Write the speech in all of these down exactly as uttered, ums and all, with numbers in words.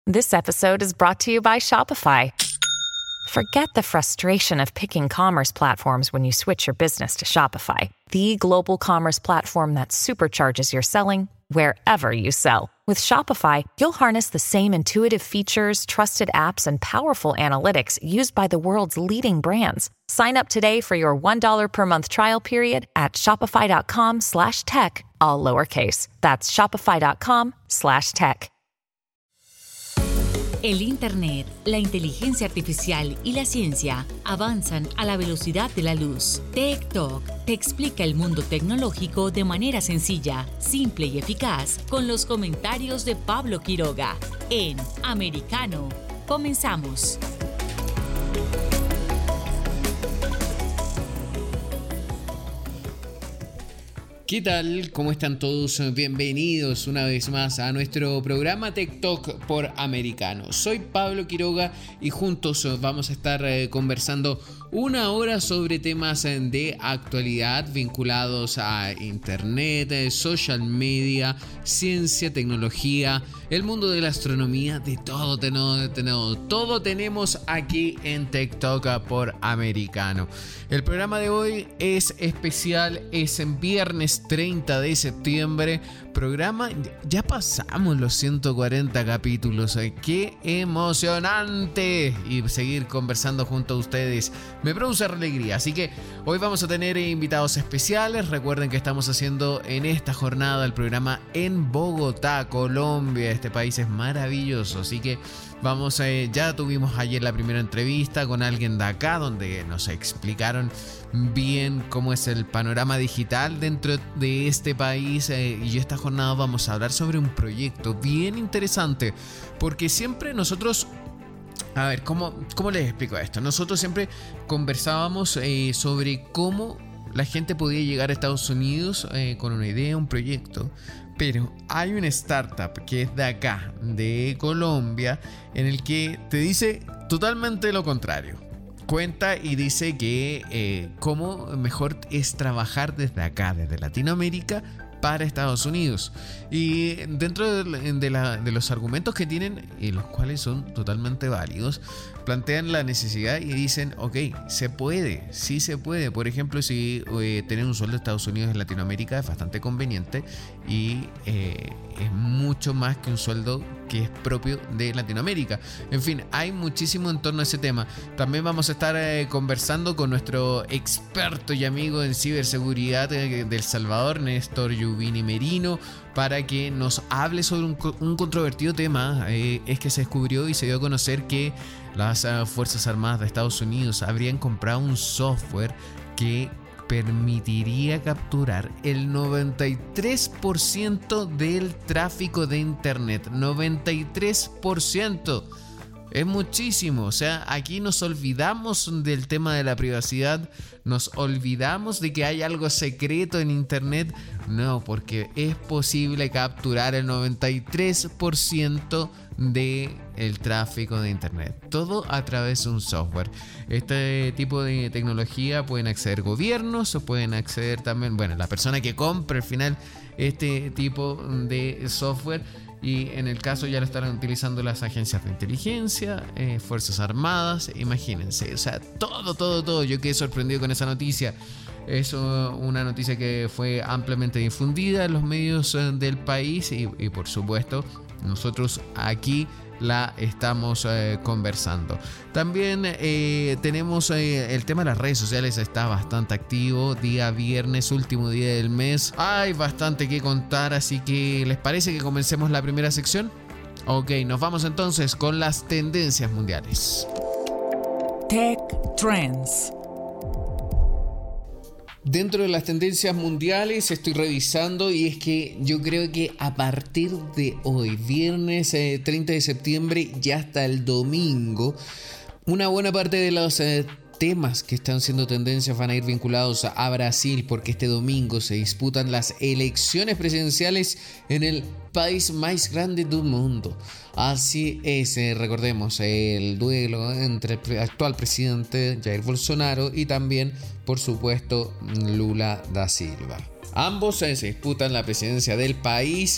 This episode is brought to you by Shopify. Forget the frustration of picking commerce platforms when you switch your business to Shopify, the global commerce platform that supercharges your selling wherever you sell. With Shopify, you'll harness the same intuitive features, trusted apps, and powerful analytics used by the world's leading brands. Sign up today for your one dollar per month trial period at shopify.com slash tech, all lowercase. That's shopify.com slash tech. El Internet, la inteligencia artificial y la ciencia avanzan a la velocidad de la luz. Tech Talk te explica el mundo tecnológico de manera sencilla, simple y eficaz con los comentarios de Pablo Quiroga en Americano. Comenzamos. ¿Qué tal? ¿Cómo están todos? Bienvenidos una vez más a nuestro programa Tech Talk por Americano. Soy Pablo Quiroga y juntos vamos a estar conversando una hora sobre temas de actualidad vinculados a internet, social media, ciencia, tecnología, el mundo de la astronomía, de todo tenemos, tenemos, todo tenemos aquí en Tech Talk por Americano. El programa de hoy es especial, es en viernes treinta de septiembre, programa, ya pasamos los ciento cuarenta capítulos, ¡qué emocionante! Y seguir conversando junto a ustedes me produce alegría, así que hoy vamos a tener invitados especiales. Recuerden que estamos haciendo en esta jornada el programa en Bogotá, Colombia. Este país es maravilloso, así que vamos, eh, ya tuvimos ayer la primera entrevista con alguien de acá donde nos explicaron bien cómo es el panorama digital dentro de este país, eh, y esta jornada vamos a hablar sobre un proyecto bien interesante, porque siempre nosotros, a ver, ¿cómo, cómo les explico esto? Nosotros siempre conversábamos eh, sobre cómo la gente podía llegar a Estados Unidos eh, con una idea, un proyecto. Pero hay una startup que es de acá, de Colombia, en el que te dice totalmente lo contrario. Cuenta y dice que eh, cómo mejor es trabajar desde acá, desde Latinoamérica, para Estados Unidos. Y dentro de, de, la, de los argumentos que tienen, y los cuales son totalmente válidos, plantean la necesidad y dicen, ok, se puede, sí se puede. Por ejemplo, si eh, tener un sueldo de Estados Unidos en Latinoamérica es bastante conveniente y eh, es mucho más que un sueldo que es propio de Latinoamérica. En fin, hay muchísimo en torno a ese tema. También vamos a estar eh, conversando con nuestro experto y amigo en ciberseguridad eh, de El Salvador, Néstor Yubini Merino, para que nos hable sobre un, un controvertido tema. Eh, es que se descubrió y se dio a conocer que las uh, Fuerzas Armadas de Estados Unidos habrían comprado un software que permitiría capturar el noventa y tres por ciento del tráfico de internet. noventa y tres por ciento. Es muchísimo. O sea, aquí nos olvidamos del tema de la privacidad, nos olvidamos de que hay algo secreto en internet. No, porque es posible capturar el noventa y tres por ciento del tráfico de internet, todo a través de un software. Este tipo de tecnología pueden acceder gobiernos o pueden acceder también, bueno, la persona que compre al final este tipo de software. Y en el caso ya lo estarán utilizando las agencias de inteligencia, eh, Fuerzas Armadas, imagínense, o sea, todo, todo, todo. Yo quedé sorprendido con esa noticia. Es una noticia que fue ampliamente difundida en los medios del país y, y por supuesto nosotros aquí la estamos eh, conversando. También eh, tenemos eh, el tema de las redes sociales, está bastante activo. Día viernes, último día del mes, hay bastante que contar, así que ¿les parece que comencemos la primera sección? Ok, nos vamos entonces con las tendencias mundiales. Tech Trends. Dentro de las tendencias mundiales estoy revisando y es que yo creo que a partir de hoy, viernes eh, treinta de septiembre y hasta el domingo, una buena parte de los eh, temas que están siendo tendencias van a ir vinculados a Brasil, porque este domingo se disputan las elecciones presidenciales en el país más grande del mundo. Así es, eh, recordemos el duelo entre el actual presidente Jair Bolsonaro y también, por supuesto, Lula da Silva. Ambos eh, se disputan la presidencia del país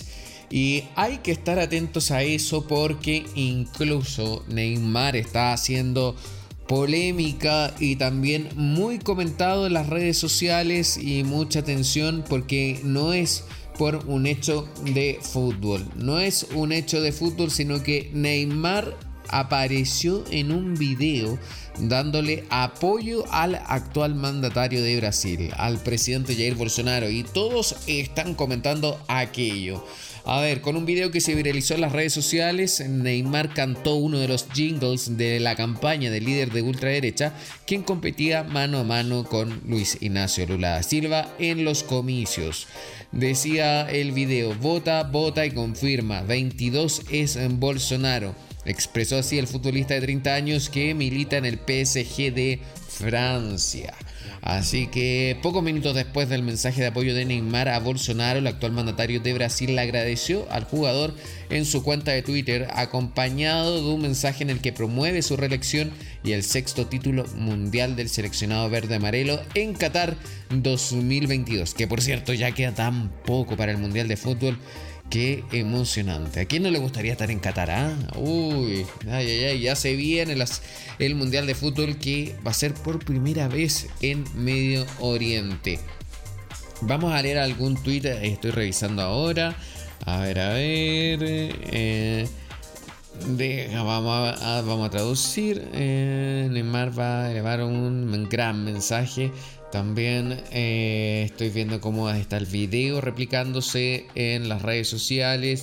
Y hay que estar atentos a eso porque incluso Neymar está haciendo polémica y también muy comentado en las redes sociales, y mucha atención porque no es por un hecho de fútbol, no es un hecho de fútbol, sino que Neymar apareció en un video dándole apoyo al actual mandatario de Brasil, al presidente Jair Bolsonaro, y todos están comentando aquello. A ver, con un video que se viralizó en las redes sociales, Neymar cantó uno de los jingles de la campaña del líder de ultraderecha, quien competía mano a mano con Luis Ignacio Lula da Silva en los comicios. Decía el video: vota, vota y confirma, veintidós es en Bolsonaro. Expresó así el futbolista de treinta años que milita en el P S G de Francia. Así que pocos minutos después del mensaje de apoyo de Neymar a Bolsonaro, el actual mandatario de Brasil le agradeció al jugador en su cuenta de Twitter, acompañado de un mensaje en el que promueve su reelección y el sexto título mundial del seleccionado verde amarelo en Qatar dos mil veintidós, que por cierto ya queda tan poco para el mundial de fútbol. Qué emocionante. ¿A quién no le gustaría estar en Qatar? ¿Ah? Uy, ay, ay, ay, ya se viene las, el Mundial de Fútbol, que va a ser por primera vez en Medio Oriente. Vamos a leer algún tuit, estoy revisando ahora. A ver, a ver. Eh, de, vamos, a, vamos a traducir. Eh, Neymar va a elevar un gran mensaje. También eh, estoy viendo cómo está el video replicándose en las redes sociales.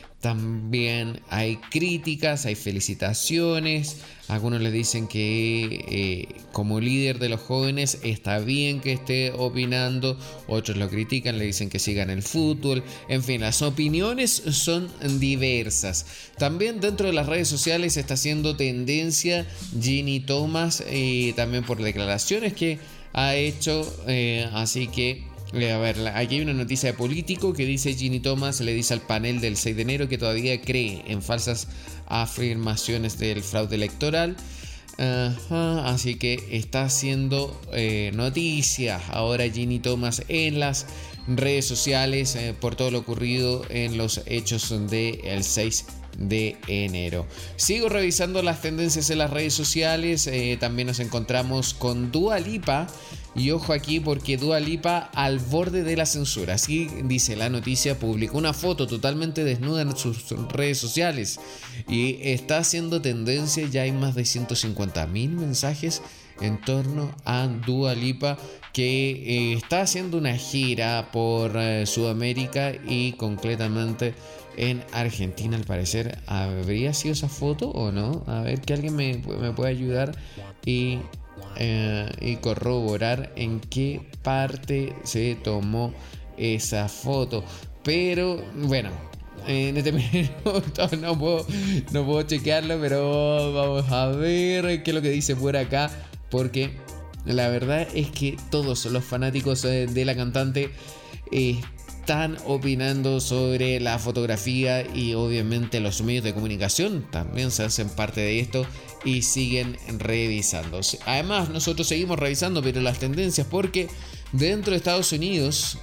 También hay críticas, hay felicitaciones. Algunos les dicen que eh, como líder de los jóvenes está bien que esté opinando. Otros lo critican, le dicen que sigan el fútbol. En fin, las opiniones son diversas. También dentro de las redes sociales está haciendo tendencia Ginny Thomas, eh, también por declaraciones que ha hecho, eh, así que eh, a ver, aquí hay una noticia de Político que dice: Ginny Thomas le dice al panel del seis de enero que todavía cree en falsas afirmaciones del fraude electoral. Uh, así que está haciendo eh, noticia ahora Ginny Thomas en las redes sociales eh, por todo lo ocurrido en los hechos del seis de enero. Sigo revisando las tendencias en las redes sociales. Eh, también nos encontramos con Dua Lipa. Y ojo aquí, porque Dua Lipa al borde de la censura. Así dice la noticia. Publicó una foto totalmente desnuda en sus redes sociales y está haciendo tendencia. Ya hay más de ciento cincuenta mil mensajes en torno a Dua Lipa, que eh, está haciendo una gira por eh, Sudamérica y concretamente en Argentina, al parecer. ¿Habría sido esa foto o no? A ver, que alguien me, me pueda ayudar y, eh, y corroborar en qué parte se tomó esa foto. Pero bueno, en este minuto no puedo, no puedo chequearlo, pero vamos a ver qué es lo que dice por acá, porque la verdad es que todos los fanáticos de la cantante eh, están opinando sobre la fotografía, y obviamente los medios de comunicación también se hacen parte de esto y siguen revisando. Además, nosotros seguimos revisando, pero las tendencias, porque dentro de Estados Unidos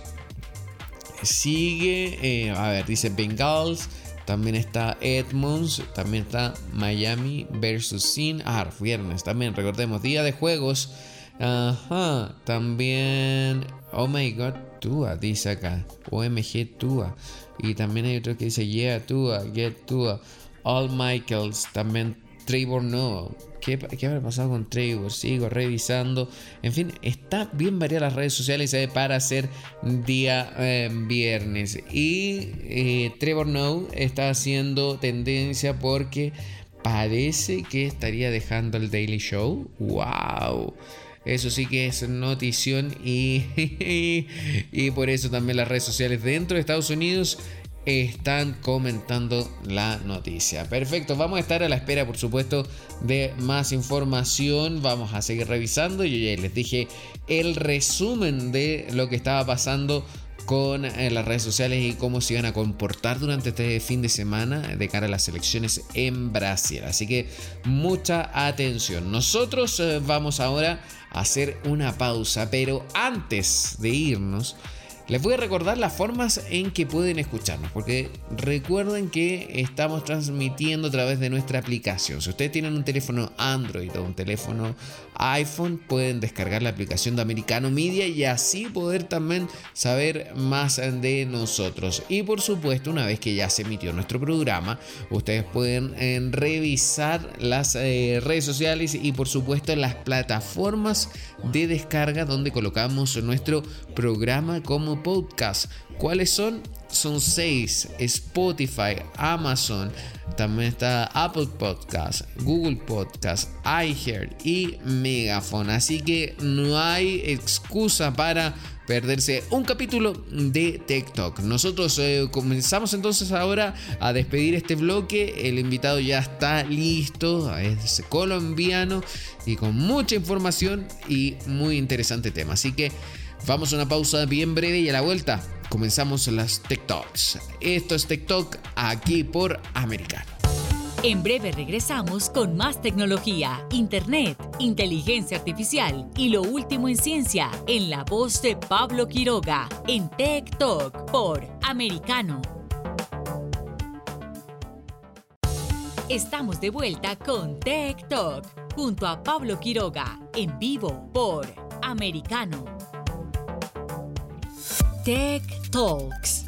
sigue, eh, a ver, dice Bengals, también está Edmonds, también está Miami versus Sin. Ah, viernes también, recordemos, día de juegos. Ajá, también, oh my god, Tua, dice acá, O M G Tua. Y también hay otro que dice Yeah Tua, Get Tua. All Michaels, también Trevor Noah. ¿Qué, ¿Qué habrá pasado con Trevor? Sigo revisando. En fin, está bien variadas las redes sociales eh, para hacer día eh, viernes. Y eh, Trevor Noah está haciendo tendencia porque parece que estaría dejando el Daily Show. ¡Wow! Eso sí que es notición, y, y por eso también las redes sociales dentro de Estados Unidos están comentando la noticia. Perfecto, vamos a estar a la espera, por supuesto, de más información. Vamos a seguir revisando. Yo ya les dije el resumen de lo que estaba pasando con eh, las redes sociales y cómo se iban a comportar durante este fin de semana de cara a las elecciones en Brasil. Así que mucha atención. Nosotros eh, vamos ahora a hacer una pausa, pero antes de irnos Les voy a recordar las formas en que pueden escucharnos, porque recuerden que estamos transmitiendo a través de nuestra aplicación. Si ustedes tienen un teléfono Android o un teléfono iPhone, pueden descargar la aplicación de Americano Media y así poder también saber más de nosotros. Y por supuesto, una vez que ya se emitió nuestro programa, ustedes pueden eh, revisar las eh, redes sociales y por supuesto las plataformas de descarga donde colocamos nuestro programa como podcast. ¿Cuáles son? Son seis: Spotify, Amazon, también está Apple Podcast, Google Podcast, iHeart y Megaphone. Así que no hay excusa para perderse un capítulo de TikTok. Nosotros eh, comenzamos entonces ahora a despedir este bloque. El invitado ya está listo, es colombiano y con mucha información y muy interesante tema. Así que vamos a una pausa bien breve y a la vuelta comenzamos las TikToks. Esto es TikTok aquí por Americano. En breve regresamos con más tecnología, internet, inteligencia artificial y lo último en ciencia en la voz de Pablo Quiroga en TikTok por Americano. Estamos de vuelta con TikTok junto a Pablo Quiroga en vivo por Americano. Tech Talks.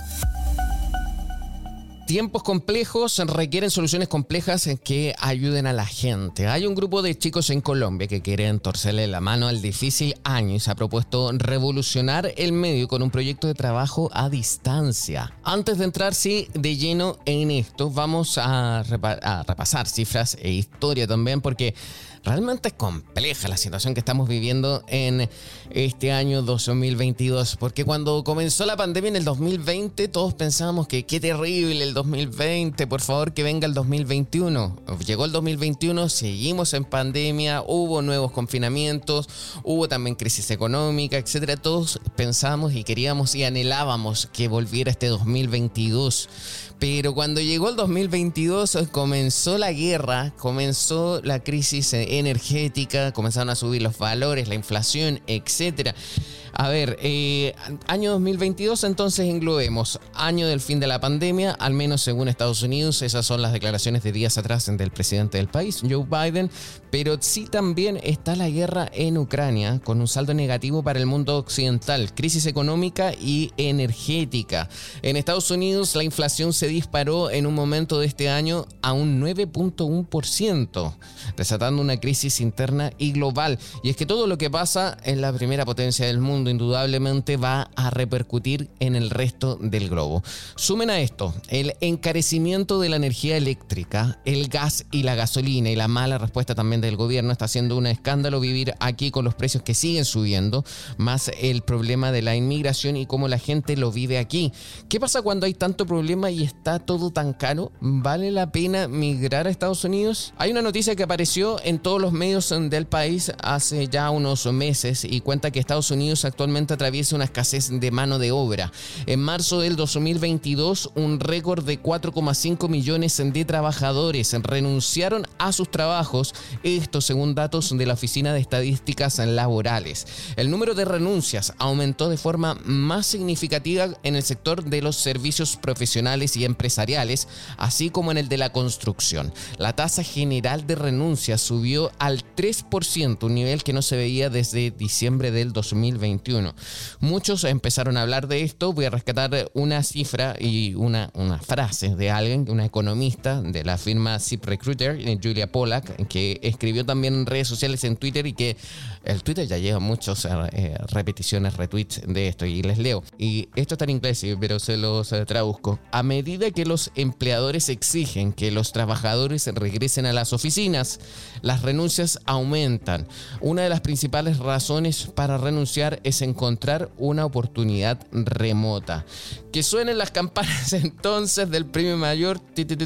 Tiempos complejos requieren soluciones complejas que ayuden a la gente. Hay un grupo de chicos en Colombia que quieren torcerle la mano al difícil año y se ha propuesto revolucionar el medio con un proyecto de trabajo a distancia. Antes de entrar sí, de lleno en esto, vamos a, repa- a repasar cifras e historia también, porque realmente es compleja la situación que estamos viviendo en este año dos mil veintidós, porque cuando comenzó la pandemia en el dos mil veinte todos pensábamos que qué terrible el dos mil veinte, por favor que venga el dos mil veintiuno. Llegó el dos mil veintiuno, seguimos en pandemia, hubo nuevos confinamientos, hubo también crisis económica, etcétera. Todos pensábamos y queríamos y anhelábamos que volviera este dos mil veintidós. Pero cuando llegó el dos mil veintidós comenzó la guerra, comenzó la crisis energética, comenzaron a subir los valores, la inflación, etcétera. A ver, eh, año dos mil veintidós entonces englobemos año del fin de la pandemia, al menos según Estados Unidos. Esas son las declaraciones de días atrás del presidente del país, Joe Biden. Pero sí también está la guerra en Ucrania, con un saldo negativo para el mundo occidental, crisis económica y energética. En Estados Unidos la inflación se disparó en un momento de este año a un nueve punto uno por ciento, desatando una crisis interna y global. Y es que todo lo que pasa en la primera potencia del mundo indudablemente va a repercutir en el resto del globo. Sumen a esto el encarecimiento de la energía eléctrica, el gas y la gasolina, y la mala respuesta también del gobierno. Está haciendo un escándalo vivir aquí con los precios que siguen subiendo, más el problema de la inmigración y cómo la gente lo vive aquí. ¿Qué pasa cuando hay tanto problema y está todo tan caro? ¿Vale la pena migrar a Estados Unidos? Hay una noticia que apareció en todos los medios del país hace ya unos meses y cuenta que Estados Unidos actualmente atraviesa una escasez de mano de obra. En marzo del dos mil veintidós, un récord de cuatro coma cinco millones de trabajadores renunciaron a sus trabajos, esto según datos de la Oficina de Estadísticas Laborales. El número de renuncias aumentó de forma más significativa en el sector de los servicios profesionales y empresariales, así como en el de la construcción. La tasa general de renuncias subió al tres por ciento, un nivel que no se veía desde diciembre del dos mil veintiuno. Muchos empezaron a hablar de esto. Voy a rescatar una cifra y una, una frase de alguien, una economista de la firma ZipRecruiter, Julia Pollack, que escribió también en redes sociales, en Twitter, y que el Twitter ya lleva muchas eh, repeticiones, retweets de esto, y les leo. Y esto está en inglés, pero se los eh, traduzco. A medida que los empleadores exigen que los trabajadores regresen a las oficinas, las renuncias aumentan. Una de las principales razones para renunciar es encontrar una oportunidad remota. Que suenen las campanas entonces del premio mayor,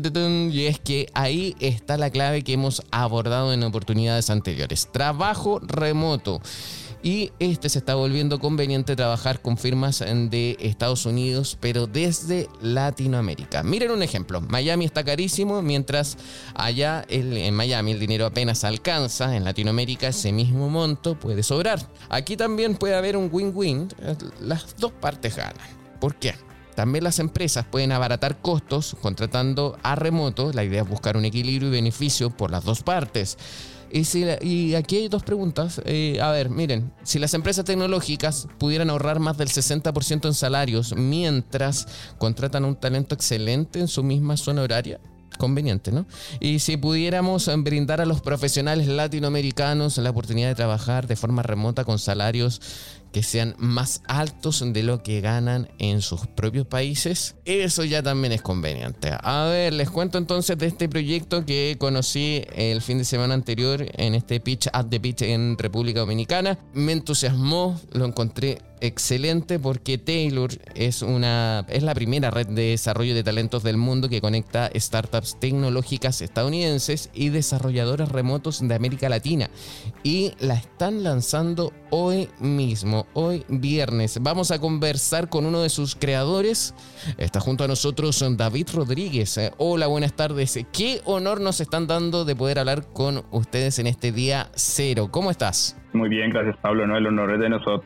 y es que ahí está la clave que hemos abordado en oportunidades anteriores. Trabajo remoto. y este se está volviendo conveniente trabajar con firmas de Estados Unidos, pero desde Latinoamérica. Miren un ejemplo, Miami está carísimo, mientras allá el, en Miami el dinero apenas alcanza, en Latinoamérica ese mismo monto puede sobrar. Aquí también puede haber un win-win, las dos partes ganan. ¿Por qué? También las empresas pueden abaratar costos contratando a remoto. La idea es buscar un equilibrio y beneficio por las dos partes. Y, si la, y aquí hay dos preguntas. Eh, a ver, miren, si las empresas tecnológicas pudieran ahorrar más del sesenta por ciento en salarios mientras contratan a un talento excelente en su misma zona horaria, conveniente, ¿no? Y si pudiéramos brindar a los profesionales latinoamericanos la oportunidad de trabajar de forma remota con salarios que sean más altos de lo que ganan en sus propios países, eso ya también es conveniente. A ver, les cuento entonces de este proyecto que conocí el fin de semana anterior en este Pitch at the Pitch en República Dominicana. Me entusiasmó, lo encontré excelente porque Taylor es una es la primera red de desarrollo de talentos del mundo que conecta startups tecnológicas estadounidenses y desarrolladores remotos de América Latina, y la están lanzando hoy mismo, hoy viernes. Vamos a conversar con uno de sus creadores. Está junto a nosotros David Rodríguez. Hola, buenas tardes. Qué honor nos están dando de poder hablar con ustedes en este día cero. ¿Cómo estás? Muy bien, gracias Pablo, no, el honor es de nosotros.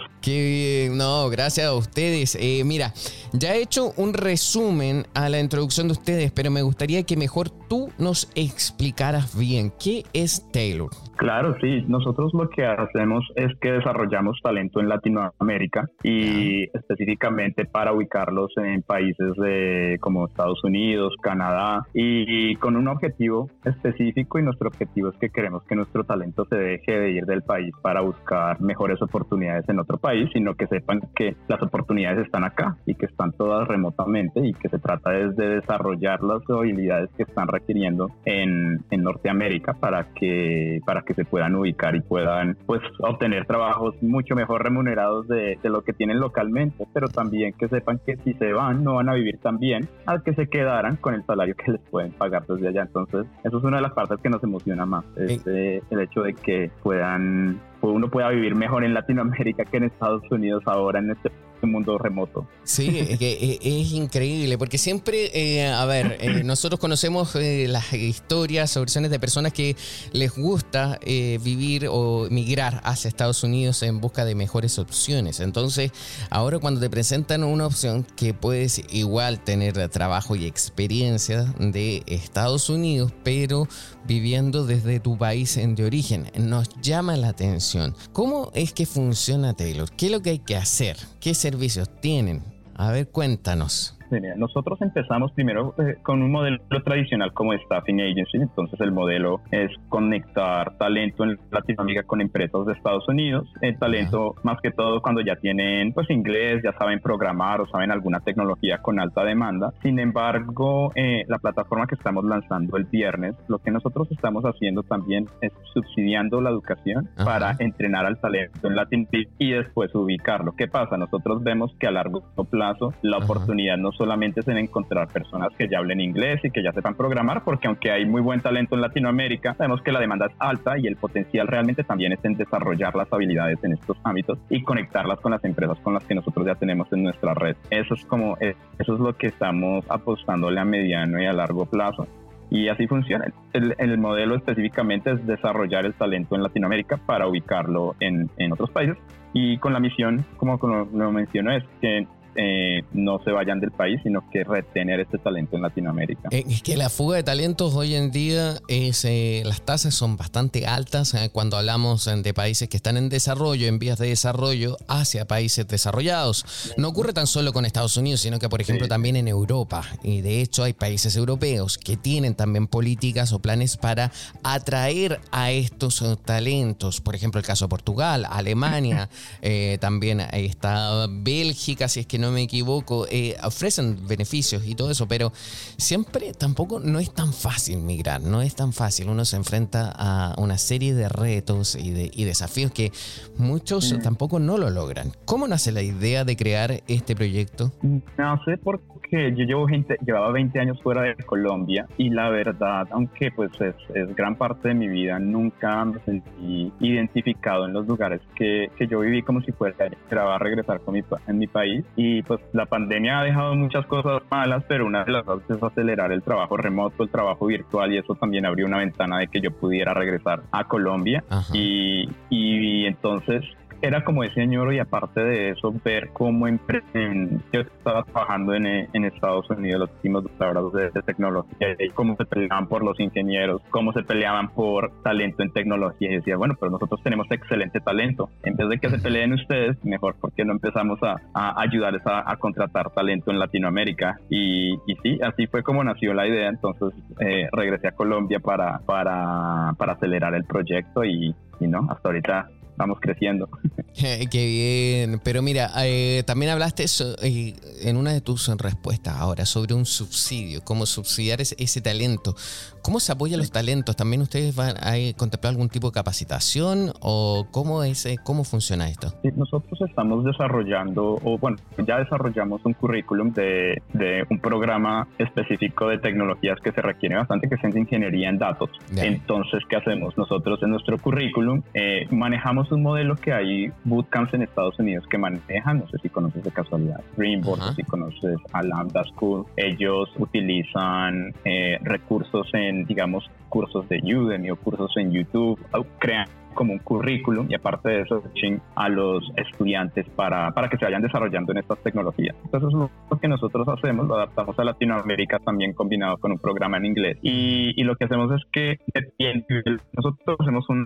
Qué bien, no, gracias a ustedes. Eh, mira, ya he hecho un resumen a la introducción de ustedes, pero me gustaría que mejor tú nos explicaras bien qué es Taylor. Claro, sí, nosotros lo que hacemos es que desarrollamos talento en Latinoamérica y específicamente para ubicarlos en países de, como Estados Unidos, Canadá, y, y con un objetivo específico, y nuestro objetivo es que queremos que nuestro talento se deje de ir del país para buscar mejores oportunidades en otro país, sino que sepan que las oportunidades están acá y que están todas remotamente, y que se trata es de desarrollar las habilidades que están requiriendo en, en Norteamérica para que, para que se puedan ubicar y puedan pues obtener trabajos mucho mejor remunerados de, de lo que tienen localmente, pero también que sepan que si se van no van a vivir tan bien al que se quedaran con el salario que les pueden pagar desde allá. Entonces eso es una de las partes que nos emociona más, es eh, el hecho de que puedan uno pueda vivir mejor en Latinoamérica que en Estados Unidos ahora en este mundo remoto. Sí, es, que es increíble porque siempre, eh, a ver, eh, nosotros conocemos eh, las historias o versiones de personas que les gusta eh, vivir o migrar hacia Estados Unidos en busca de mejores opciones. Entonces, ahora cuando te presentan una opción que puedes igual tener trabajo y experiencia de Estados Unidos, pero viviendo desde tu país de origen, nos llama la atención. ¿Cómo es que funciona Taylor? ¿Qué es lo que hay que hacer? ¿Qué servicios tienen? A ver, cuéntanos. Nosotros empezamos primero eh, con un modelo tradicional como Staffing Agency. Entonces el modelo es conectar talento en Latinoamérica con empresas de Estados Unidos. El talento, más que todo cuando ya tienen pues inglés, ya saben programar o saben alguna tecnología con alta demanda. Sin embargo, eh, la plataforma que estamos lanzando el viernes, lo que nosotros estamos haciendo también es subsidiando la educación Ajá. para entrenar al talento en Latinoamérica y después ubicarlo. ¿Qué pasa? Nosotros vemos que a largo plazo la Ajá. oportunidad no solamente es en encontrar personas que ya hablen inglés y que ya sepan programar, porque aunque hay muy buen talento en Latinoamérica, sabemos que la demanda es alta y el potencial realmente también es en desarrollar las habilidades en estos ámbitos y conectarlas con las empresas con las que nosotros ya tenemos en nuestra red. Eso es como, eso es lo que estamos apostándole a mediano y a largo plazo. Y así funciona. El, el modelo específicamente es desarrollar el talento en Latinoamérica para ubicarlo en, en otros países, y con la misión, como, como lo menciono, es que Eh, no se vayan del país, sino que retener este talento en Latinoamérica. Eh, es que la fuga de talentos hoy en día, es, eh, las tasas son bastante altas eh, cuando hablamos eh, de países que están en desarrollo, en vías de desarrollo, hacia países desarrollados. No ocurre tan solo con Estados Unidos, sino que, por ejemplo, sí. también en Europa. Y de hecho hay países europeos que tienen también políticas o planes para atraer a estos eh, talentos. Por ejemplo, el caso de Portugal, Alemania, eh, también está Bélgica, si es que no me equivoco, eh, ofrecen beneficios y todo eso, pero siempre tampoco no es tan fácil migrar, no es tan fácil. Uno se enfrenta a una serie de retos y, de, y desafíos que muchos mm. tampoco no lo logran. ¿Cómo nace la idea de crear este proyecto? Nace porque yo llevo gente, llevaba veinte años fuera de Colombia y la verdad, aunque pues es, es gran parte de mi vida, nunca me sentí identificado en los lugares que, que yo viví, como si fuera a regresar con mi, en mi país. Y pues la pandemia ha dejado muchas cosas malas, pero una de las cosas es acelerar el trabajo remoto, el trabajo virtual, y eso también abrió una ventana de que yo pudiera regresar a Colombia. y, y entonces era como ese añoro, y aparte de eso, ver cómo emprenden. Yo estaba trabajando en, en Estados Unidos los últimos laboratorios de, de tecnología, y cómo se peleaban por los ingenieros, cómo se peleaban por talento en tecnología, y decía, bueno, pero nosotros tenemos excelente talento, en vez de que se peleen ustedes, mejor porque no empezamos a, a ayudarles a, a contratar talento en Latinoamérica. Y, y sí, así fue como nació la idea. Entonces eh, regresé a Colombia para, para, para acelerar el proyecto, y, y no, hasta ahorita estamos creciendo. Qué bien. Pero mira, eh, también hablaste eso, eh, en una de tus respuestas ahora sobre un subsidio, cómo subsidiar ese, ese talento. ¿Cómo se apoya los talentos? ¿También ustedes van a contemplar algún tipo de capacitación o cómo es, cómo funciona esto? Sí, nosotros estamos desarrollando, o bueno, ya desarrollamos un currículum de, de un programa específico de tecnologías que se requiere bastante, que es de ingeniería en datos. Yeah. Entonces, ¿qué hacemos? Nosotros en nuestro currículum eh, manejamos un modelo que hay bootcamps en Estados Unidos que manejan, no sé si conoces de casualidad, Springboard, o si conoces a Lambda School. Ellos utilizan eh, recursos en digamos, cursos de Udemy o cursos en YouTube, crean como un currículum, y aparte de eso a los estudiantes para, para que se vayan desarrollando en estas tecnologías. Entonces lo que nosotros hacemos, lo adaptamos a Latinoamérica también combinado con un programa en inglés, y, y lo que hacemos es que nosotros hacemos un,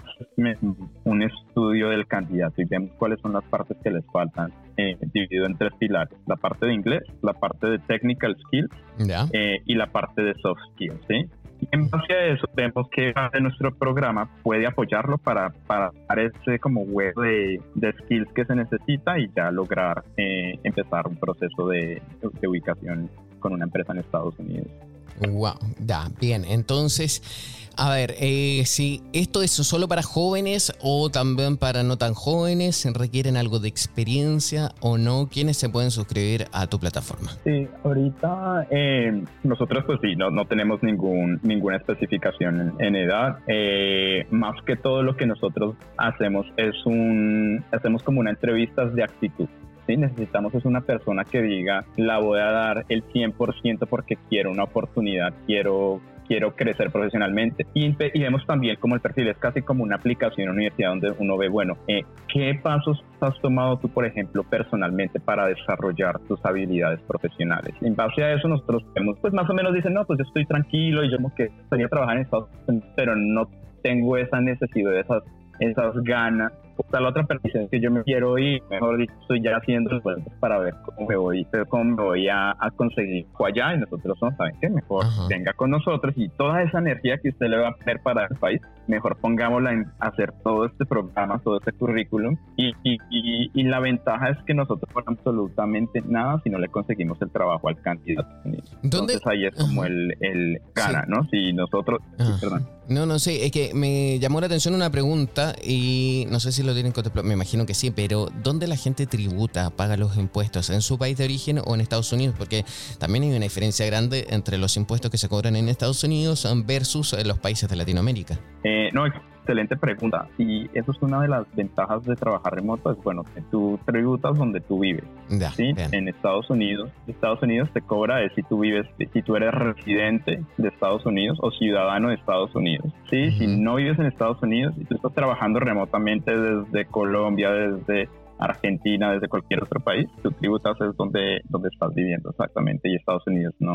un estudio del candidato y vemos cuáles son las partes que les faltan, eh, dividido en tres pilares: la parte de inglés, la parte de technical skills, yeah. eh, y la parte de soft skills, ¿sí? En base a eso, vemos que nuestro programa puede apoyarlo para, para dar ese como huevo de, de skills que se necesita, y ya lograr eh, empezar un proceso de, de ubicación con una empresa en Estados Unidos. Wow, ya, bien. Entonces, a ver, eh, si esto es solo para jóvenes o también para no tan jóvenes, ¿requieren algo de experiencia o no? ¿Quiénes se pueden suscribir a tu plataforma? Sí, ahorita eh, nosotros pues sí, no, no tenemos ningún, ninguna especificación en, en edad. Eh, más que todo lo que nosotros hacemos es un, hacemos como una entrevistas de actitud. Sí, necesitamos es una persona que diga, la voy a dar el cien por ciento porque quiero una oportunidad, quiero, quiero crecer profesionalmente. Y, y vemos también como el perfil es casi como una aplicación en universidad, donde uno ve, bueno, eh, ¿qué pasos has tomado tú, por ejemplo, personalmente para desarrollar tus habilidades profesionales? En base a eso nosotros vemos, pues más o menos dicen, no, pues yo estoy tranquilo y yo como que estaría trabajar en Estados Unidos, pero no tengo esa necesidad, esas, esas ganas. O sea, la otra persona que yo me quiero ir, mejor dicho, estoy ya haciendo los vueltos para ver cómo me voy, cómo me voy a, a conseguir allá, y nosotros no saben qué, mejor Ajá. venga con nosotros, y toda esa energía que usted le va a poner para el país, mejor pongámosla en hacer todo este programa, todo este currículum, y, y, y, y la ventaja es que nosotros no hacemos absolutamente nada si no le conseguimos el trabajo al candidato. Entonces ahí es como el, el gana, sí. ¿no? Si nosotros... Sí, perdón. No, no sé, es que me llamó la atención una pregunta, y no sé si lo tienen contemplado, me imagino que sí, pero ¿dónde la gente tributa, paga los impuestos? ¿En su país de origen o en Estados Unidos? Porque también hay una diferencia grande entre los impuestos que se cobran en Estados Unidos versus los países de Latinoamérica. Eh, no, excelente pregunta, y eso es una de las ventajas de trabajar remoto, es bueno, que tú tributas donde tú vives, ya, ¿sí? En Estados Unidos, Estados Unidos te cobra de si tú vives, si tú eres residente de Estados Unidos o ciudadano de Estados Unidos, ¿sí? Uh-huh. Si no vives en Estados Unidos y tú estás trabajando remotamente desde Colombia, desde Argentina, desde cualquier otro país, tú tributas es donde, donde estás viviendo exactamente, y Estados Unidos no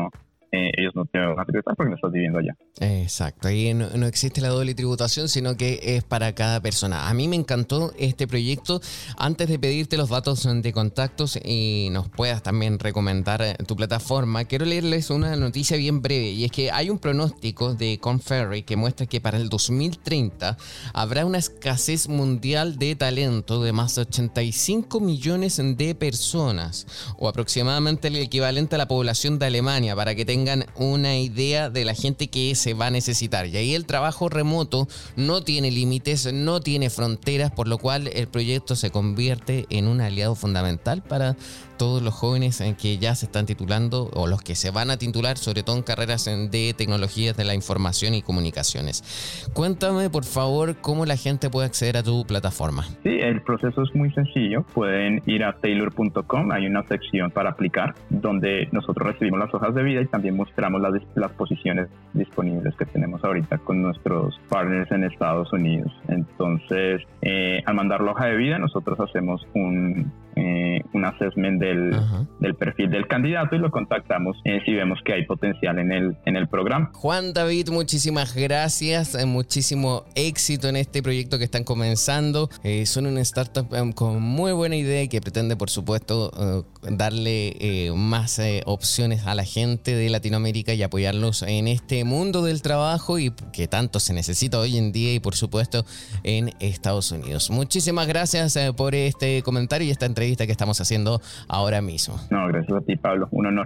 eh, ellos no te van a tributar porque no estás viviendo allá. Exacto, ahí no, no existe la doble tributación, sino que es para cada persona. A mí me encantó este proyecto. Antes de pedirte los datos de contactos y nos puedas también recomendar tu plataforma, quiero leerles una noticia bien breve, y es que hay un pronóstico de Korn Ferry que muestra que para el dos mil treinta habrá una escasez mundial de talento de más de ochenta y cinco millones de personas, o aproximadamente el equivalente a la población de Alemania, para que tengan una idea de la gente que se va a necesitar. Y ahí el trabajo remoto no tiene límites, no tiene fronteras, por lo cual el proyecto se convierte en un aliado fundamental para todos los jóvenes que ya se están titulando o los que se van a titular, sobre todo en carreras de tecnologías de la información y comunicaciones. Cuéntame, por favor, cómo la gente puede acceder a tu plataforma. Sí, el proceso es muy sencillo. Pueden ir a taylor punto com, hay una sección para aplicar donde nosotros recibimos las hojas de vida y también mostramos las, las posiciones disponibles que tenemos ahorita con nuestros partners en Estados Unidos. Entonces, eh, al mandar la hoja de vida, nosotros hacemos un, eh, un assessment del, del perfil del candidato y lo contactamos eh, si vemos que hay potencial en el, en el programa. Juan David, muchísimas gracias, eh, muchísimo éxito en este proyecto que están comenzando. Eh, son una startup eh, con muy buena idea y que pretende, por supuesto, eh, darle eh, más eh, opciones a la gente de Latinoamérica y apoyarlos en este mundo del trabajo y que tanto se necesita hoy en día y, por supuesto, en Estados Unidos. Muchísimas gracias eh, por este comentario y esta entrevista que estamos haciendo ahora mismo. No, gracias a ti, Pablo. Un honor.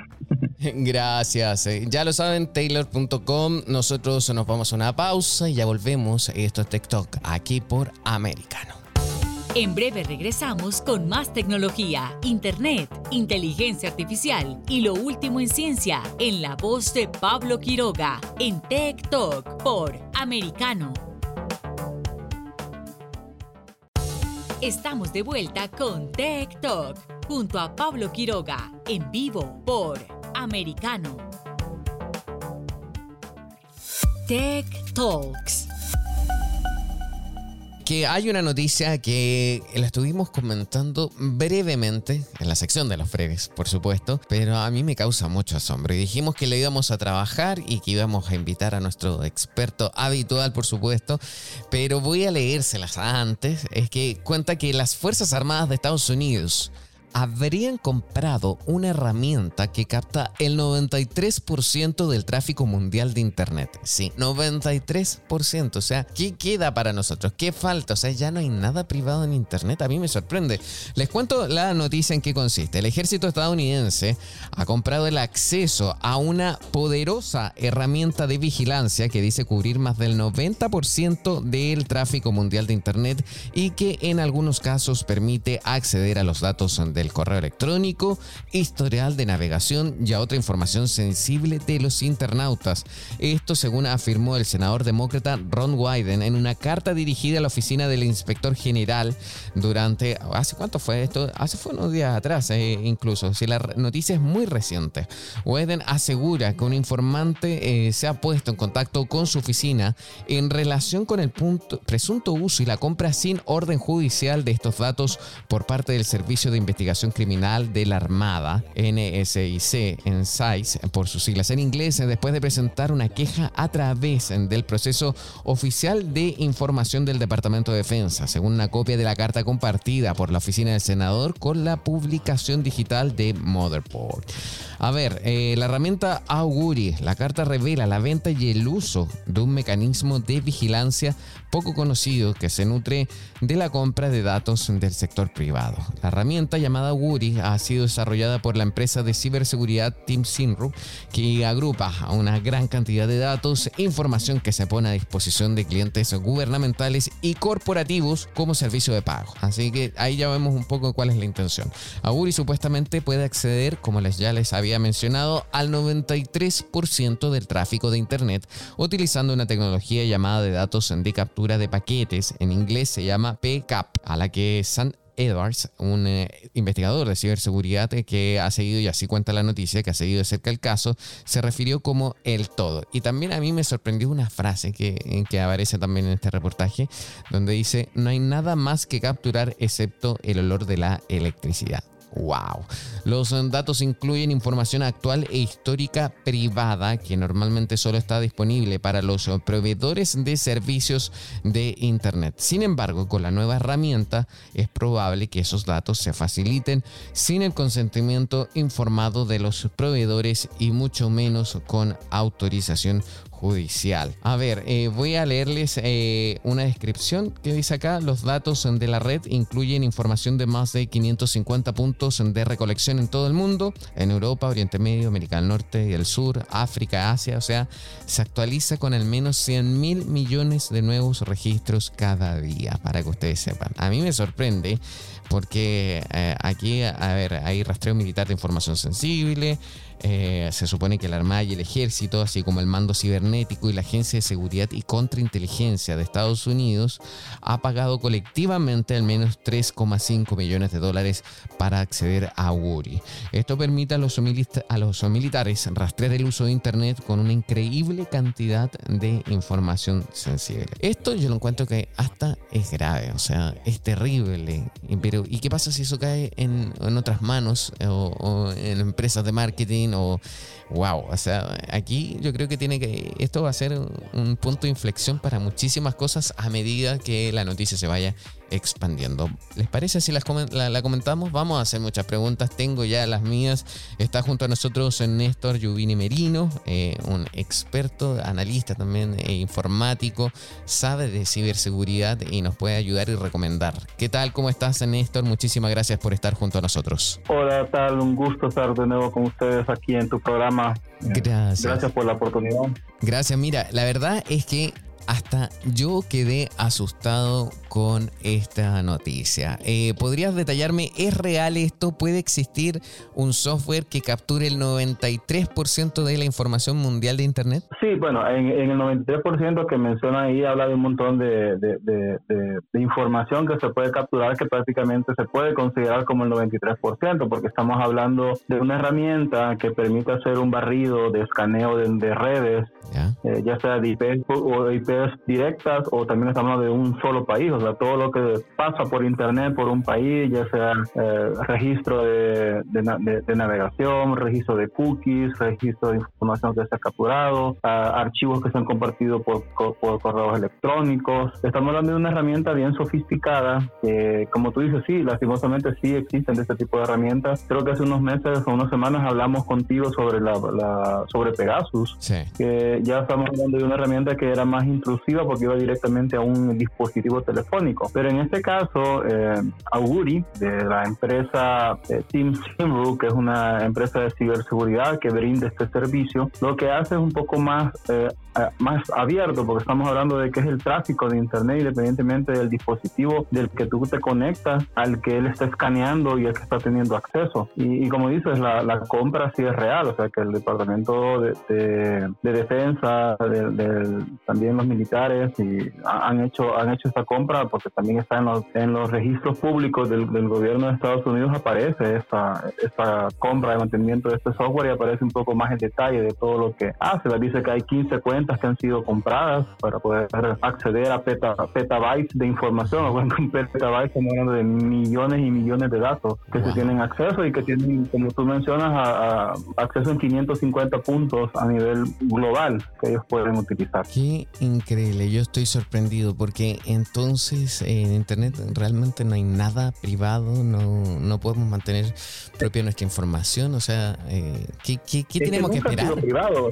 Gracias. Ya lo saben, taylor punto com. Nosotros nos vamos a una pausa y ya volvemos. Esto es Tech Talk, aquí por Americano. En breve regresamos con más tecnología, internet, inteligencia artificial y lo último en ciencia en la voz de Pablo Quiroga en Tech Talk por Americano. Estamos de vuelta con Tech Talk junto a Pablo Quiroga en vivo por Americano. Tech Talks. Que hay una noticia que la estuvimos comentando brevemente en la sección de los breves, por supuesto, pero a mí me causa mucho asombro y dijimos que le íbamos a trabajar y que íbamos a invitar a nuestro experto habitual, por supuesto, pero voy a leérselas antes. Es que cuenta que las Fuerzas Armadas de Estados Unidos habrían comprado una herramienta que capta el noventa y tres por ciento del tráfico mundial de Internet. Sí, noventa y tres por ciento. O sea, ¿qué queda para nosotros? ¿Qué falta? O sea, ya no hay nada privado en Internet. A mí me sorprende. Les cuento la noticia en qué consiste. El ejército estadounidense ha comprado el acceso a una poderosa herramienta de vigilancia que dice cubrir más del noventa por ciento del tráfico mundial de Internet y que en algunos casos permite acceder a los datos de el correo electrónico, historial de navegación y a otra información sensible de los internautas. Esto según afirmó el senador demócrata Ron Wyden en una carta dirigida a la oficina del inspector general durante... ¿Hace cuánto fue esto? Hace fue unos días atrás, eh, incluso. Si la noticia es muy reciente. Wyden asegura que un informante eh, se ha puesto en contacto con su oficina en relación con el punto, presunto uso y la compra sin orden judicial de estos datos por parte del Servicio de Investigación Criminal de la Armada, N S I C, en S I C E, por sus siglas en inglés, después de presentar una queja a través del proceso oficial de información del Departamento de Defensa, según una copia de la carta compartida por la oficina del senador con la publicación digital de Motherboard. A ver, eh, la herramienta Augury, la carta revela la venta y el uso de un mecanismo de vigilancia poco conocido que se nutre de la compra de datos del sector privado. La herramienta llamada Augury ha sido desarrollada por la empresa de ciberseguridad Team Sinru, que agrupa una gran cantidad de datos e información que se pone a disposición de clientes gubernamentales y corporativos como servicio de pago. Así que ahí ya vemos un poco cuál es la intención. Augury supuestamente puede acceder, como les ya les había mencionado, al noventa y tres por ciento del tráfico de Internet utilizando una tecnología llamada de datos de captura de paquetes, en inglés se llama P C A P, a la que Sam Edwards, un eh, investigador de ciberseguridad que ha seguido, y así cuenta la noticia, que ha seguido de cerca el caso, se refirió como el todo. Y también a mí me sorprendió una frase que, que aparece también en este reportaje, donde dice: no hay nada más que capturar excepto el olor de la electricidad. Wow. Los datos incluyen información actual e histórica privada que normalmente solo está disponible para los proveedores de servicios de Internet. Sin embargo, con la nueva herramienta es probable que esos datos se faciliten sin el consentimiento informado de los proveedores y mucho menos con autorización judicial. A ver, eh, voy a leerles eh, una descripción que dice acá: los datos de la red incluyen información de más de quinientos cincuenta puntos de recolección en todo el mundo, en Europa, Oriente Medio, América del Norte y el Sur, África, Asia. O sea, se actualiza con al menos cien mil millones de nuevos registros cada día, para que ustedes sepan. A mí me sorprende porque eh, aquí, a ver, hay rastreo militar de información sensible. Eh, se supone que la Armada y el Ejército, así como el Mando Cibernético y la Agencia de Seguridad y Contrainteligencia de Estados Unidos, ha pagado colectivamente al menos tres coma cinco millones de dólares para acceder a Augury. Esto permite a los, milita- a los militares rastrear el uso de Internet con una increíble cantidad de información sensible. Esto yo lo encuentro que hasta es grave, o sea, es terrible. Pero ¿y qué pasa si eso cae en, en otras manos o, o en empresas de marketing? O wow, o sea, aquí yo creo que tiene que esto va a ser un punto de inflexión para muchísimas cosas a medida que la noticia se vaya expandiendo. ¿Les parece si las coment- la, la comentamos? Vamos a hacer muchas preguntas, tengo ya las mías. Está junto a nosotros Néstor Giuvini Merino, eh, un experto, analista también, eh, informático, sabe de ciberseguridad y nos puede ayudar y recomendar. ¿Qué tal? ¿Cómo estás, Néstor? Muchísimas gracias por estar junto a nosotros. Hola, tal, un gusto estar de nuevo con ustedes aquí en tu programa. Gracias. Gracias por la oportunidad. Gracias. Mira, la verdad es que hasta yo quedé asustado con esta noticia. Eh, ¿Podrías detallarme, es real esto? ¿Puede existir un software que capture el noventa y tres por ciento de la información mundial de Internet? Sí, bueno, en, en el noventa y tres por ciento que menciona ahí habla de un montón de, de, de, de, de información que se puede capturar, que prácticamente se puede considerar como el noventa y tres por ciento, porque estamos hablando de una herramienta que permite hacer un barrido de escaneo de, de redes, ya, eh, ya sea de I P o I P directas, o también estamos hablando de un solo país, o sea, todo lo que pasa por Internet por un país, ya sea eh, registro de, de, de, de navegación, registro de cookies, registro de información que se ha capturado, uh, archivos que se han compartido por, por, por correos electrónicos. Estamos hablando de una herramienta bien sofisticada, que como tú dices, sí, lastimosamente sí existen de este tipo de herramientas. Creo que hace unos meses o unas semanas hablamos contigo sobre la, la sobre Pegasus, sí, que ya estamos hablando de una herramienta que era más intrusiva porque iba directamente a un dispositivo telefónico. Pero en este caso, eh, Augury, de la empresa eh, Team Simru, que es una empresa de ciberseguridad que brinda este servicio, lo que hace es un poco más, eh, más abierto, porque estamos hablando de que es el tráfico de Internet, independientemente del dispositivo del que tú te conectas, al que él está escaneando y el que está teniendo acceso. Y, y como dices, la, la compra sí es real, o sea que el Departamento de, de, de Defensa, de, de, también los militares, y han hecho han hecho esta compra, porque también está en los, en los registros públicos del, del gobierno de Estados Unidos, aparece esta, esta compra de mantenimiento de este software y aparece un poco más en detalle de todo lo que hace. Dice que hay quince cuentas que han sido compradas para poder acceder a peta, petabytes de información, o bueno, con petabytes estamos hablando de millones y millones de datos que wow. se tienen acceso y que tienen, como tú mencionas, a, a acceso en quinientos cincuenta puntos a nivel global que ellos pueden utilizar. Qué increíble, yo estoy sorprendido porque entonces eh, en Internet realmente no hay nada privado, no, no podemos mantener propia nuestra información, o sea, eh, ¿qué, qué, qué tenemos que, que esperar? Ha sido privado,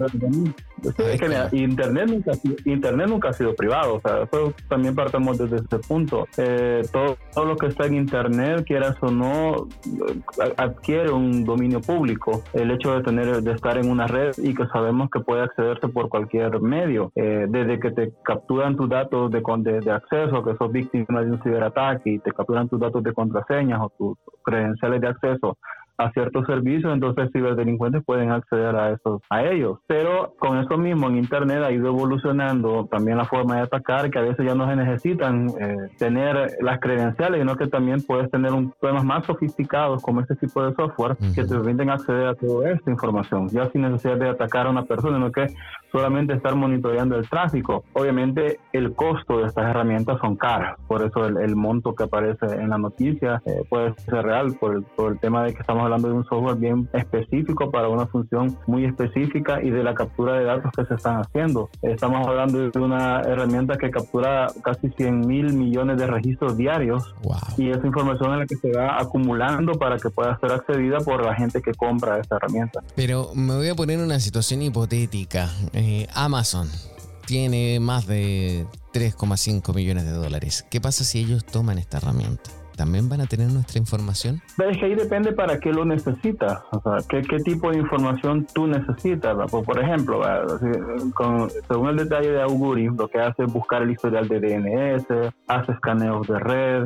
es que, mira, Internet, nunca, Internet nunca ha sido privado, o sea, eso también partamos desde ese punto. Eh, todo, todo lo que está en Internet, quieras o no, adquiere un dominio público. El hecho de tener, de estar en una red y que sabemos que puede accederse por cualquier medio, eh, desde que te capturan tus datos de, de, de acceso, que sos víctima de un ciberataque y te capturan tus datos de contraseñas o tus credenciales de acceso a ciertos servicios, entonces ciberdelincuentes pueden acceder a esos, a ellos. Pero con eso mismo en Internet ha ido evolucionando también la forma de atacar, que a veces ya no se necesitan eh, tener las credenciales, sino que también puedes tener un, temas más sofisticados como este tipo de software uh-huh. que te permiten acceder a toda esta información, ya sin necesidad de atacar a una persona, sino que solamente estar monitoreando el tráfico. Obviamente el costo de estas herramientas son caras, por eso el, el monto que aparece en la noticia eh, puede ser real, por el, por el tema de que estamos hablando de un software bien específico para una función muy específica y de la captura de datos que se están haciendo. Estamos hablando de una herramienta que captura casi cien mil millones de registros diarios. Wow. Y esa información es la que se va acumulando para que pueda ser accedida por la gente que compra esta herramienta. Pero me voy a poner una situación hipotética. Eh, Amazon tiene más de tres coma cinco millones de dólares. ¿Qué pasa si ellos toman esta herramienta? ¿También van a tener nuestra información? Pero es que ahí depende para qué lo necesitas, o sea, qué, qué tipo de información tú necesitas. Por, por ejemplo, con, según el detalle de Augury, lo que hace es buscar el historial de D N S, hace escaneos de red,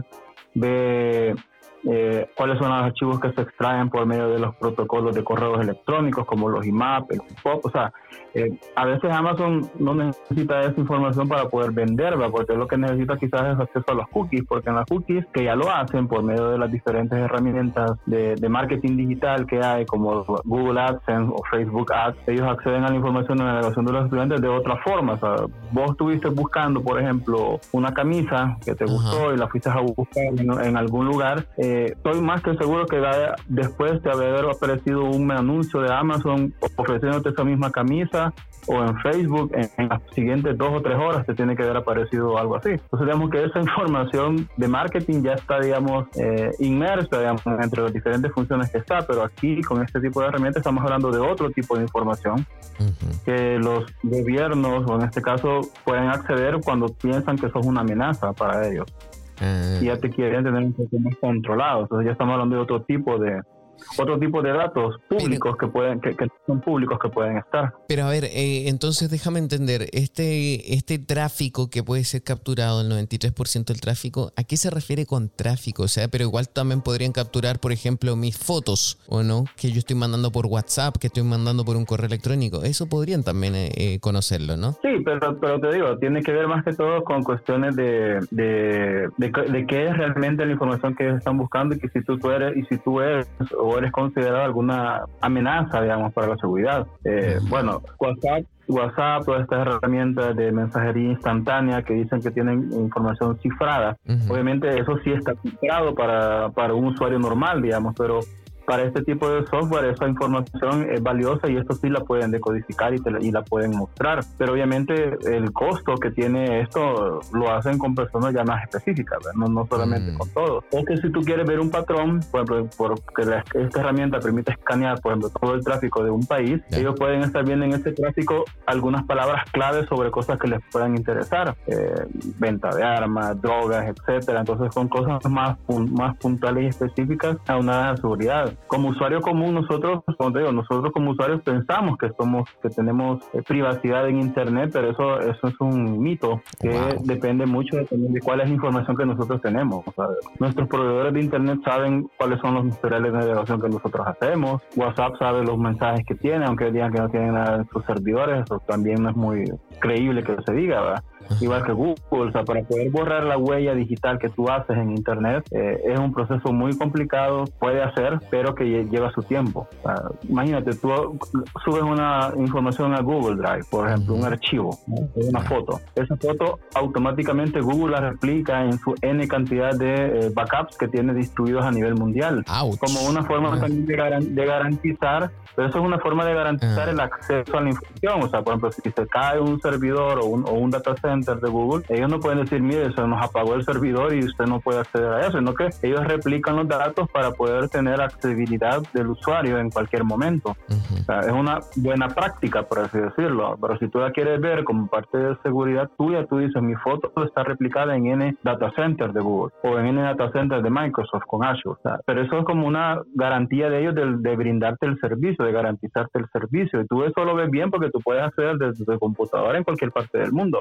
ve eh, cuáles son los archivos que se extraen por medio de los protocolos de correos electrónicos, como los I M A P, el P O P, o sea, Eh, a veces Amazon no necesita esa información para poder venderla, porque lo que necesita quizás es acceso a los cookies, porque en las cookies, que ya lo hacen por medio de las diferentes herramientas de, de marketing digital que hay, como Google AdSense o Facebook Ads, ellos acceden a la información de la navegación de los estudiantes de otra forma. O sea, vos estuviste buscando, por ejemplo, una camisa que te uh-huh. gustó y la fuiste a buscar en, en algún lugar, eh, estoy más que seguro que después de haber aparecido un anuncio de Amazon ofreciéndote esa misma camisa, o en Facebook, en, en las siguientes dos o tres horas te tiene que haber aparecido algo así. Entonces, digamos que esa información de marketing ya está, digamos, eh, inmersa, digamos, entre las diferentes funciones que está, pero aquí, con este tipo de herramientas, estamos hablando de otro tipo de información uh-huh. que los gobiernos, o en este caso, pueden acceder cuando piensan que sos una amenaza para ellos. Uh-huh. Y ya te quieren tener un poco más controlado. Entonces, ya estamos hablando de otro tipo de otro tipo de datos públicos pero, que pueden que, que son públicos que pueden estar. Pero a ver, eh, entonces déjame entender, este este tráfico que puede ser capturado, el noventa y tres por ciento del tráfico, ¿a qué se refiere con tráfico? O sea, pero igual también podrían capturar, por ejemplo, mis fotos, ¿o no? Que yo estoy mandando por WhatsApp, que estoy mandando por un correo electrónico. Eso podrían también eh, conocerlo, ¿no? Sí, pero, pero te digo, tiene que ver más que todo con cuestiones de de, de, de, de qué es realmente la información que ellos están buscando, y que si tú, tú eres y si tú eres o eres considerado alguna amenaza, digamos, para la seguridad. Eh, bueno, WhatsApp, WhatsApp, todas estas herramientas de mensajería instantánea que dicen que tienen información cifrada. Uh-huh. Obviamente eso sí está cifrado para, para un usuario normal, digamos, pero para este tipo de software esa información es valiosa y esto sí la pueden decodificar y, te la, y la pueden mostrar. Pero obviamente el costo que tiene esto lo hacen con personas ya más específicas, no, no solamente mm. con todos. Es que si tú quieres ver un patrón, por ejemplo, porque la, esta herramienta permite escanear, por ejemplo, todo el tráfico de un país, yeah. ellos pueden estar viendo en ese tráfico algunas palabras claves sobre cosas que les puedan interesar. Eh, venta de armas, drogas, etcétera. Entonces son cosas más, más puntuales y específicas a una seguridad. Como usuario común, nosotros, como te digo, nosotros como usuarios pensamos que somos, que tenemos eh, privacidad en internet, pero eso, eso es un mito que wow. depende mucho de, de cuál es la información que nosotros tenemos. O sea, nuestros proveedores de internet saben cuáles son los historiales de navegación que nosotros hacemos. WhatsApp sabe los mensajes que tiene, aunque digan que no tienen nada en sus servidores, eso también no es muy creíble que se diga, ¿verdad? Igual que Google, o sea, para poder borrar la huella digital que tú haces en internet eh, es un proceso muy complicado, puede hacer, pero que lleva su tiempo. O sea, imagínate, tú subes una información a Google Drive, por ejemplo, un archivo, ¿no? Una foto. Esa foto automáticamente Google la replica en su N cantidad de eh, backups que tiene distribuidos a nivel mundial. Ouch. Como una forma uh-huh. también de, garan- de garantizar, pero eso es una forma de garantizar uh-huh. el acceso a la información. O sea, por ejemplo, si se cae un servidor o un, o un data center de Google, ellos no pueden decir, mire, se nos apagó el servidor y usted no puede acceder a eso, sino que ellos replican los datos para poder tener accesibilidad del usuario en cualquier momento. Uh-huh. O sea, es una buena práctica, por así decirlo, pero si tú la quieres ver como parte de seguridad tuya, tú dices, mi foto está replicada en N data center de Google o en N data center de Microsoft con Azure. O sea, pero eso es como una garantía de ellos de, de brindarte el servicio, de garantizarte el servicio, y tú eso lo ves bien porque tú puedes acceder desde tu computadora en cualquier parte del mundo. ¿Qué pasa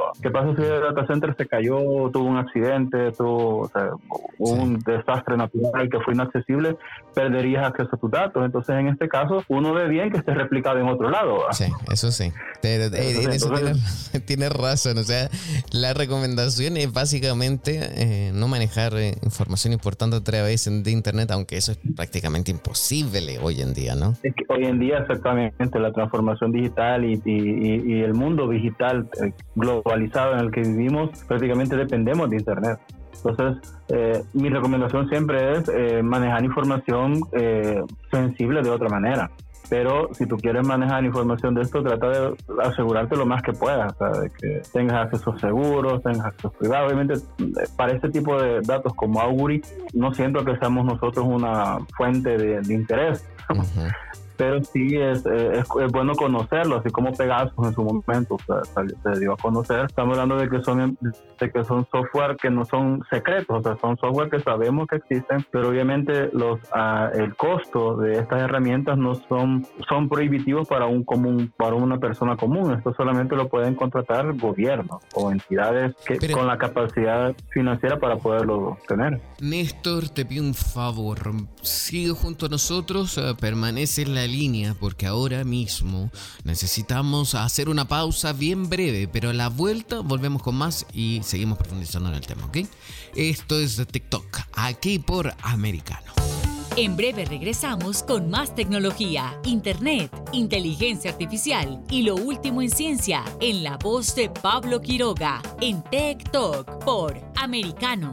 caso si el data center se cayó, tuvo un accidente, tuvo o sea, un sí. desastre natural que fue inaccesible, perderías acceso a tus datos. Entonces, en este caso, uno ve bien que esté replicado en otro lado. ¿verdad? Sí, eso sí. Pero, entonces, en eso entonces, tienes, tienes razón. O sea, la recomendación es básicamente eh, no manejar eh, información importante a través de Internet, aunque eso es prácticamente imposible hoy en día, ¿no? Es que hoy en día, exactamente, la transformación digital y, y, y el mundo digital eh, globalizado en el que vivimos, prácticamente dependemos de Internet. Entonces, eh, mi recomendación siempre es eh, manejar información eh, sensible de otra manera. Pero si tú quieres manejar información de esto, trata de asegurarte lo más que puedas, o sea, de que tengas accesos seguros, tengas accesos privados. Obviamente, para este tipo de datos como Augury, no siento que seamos nosotros una fuente de, de interés. Uh-huh. Pero sí es, es, es bueno conocerlo, así como Pegasus en su momento o sea, se dio a conocer. Estamos hablando de que son de que son software que no son secretos, o sea, son software que sabemos que existen, pero obviamente los uh, el costo de estas herramientas no son son prohibitivos para un común para una persona común. Esto solamente lo pueden contratar gobiernos o entidades que pero, con la capacidad financiera para poderlo tener. Néstor, te pido un favor, sigue junto a nosotros, uh, permanece en la línea porque ahora mismo necesitamos hacer una pausa bien breve, pero a la vuelta volvemos con más y seguimos profundizando en el tema, ¿ok? Esto es de TikTok, aquí por Americano. En breve regresamos con más tecnología, internet, inteligencia artificial y lo último en ciencia en la voz de Pablo Quiroga en Tech Talk por Americano.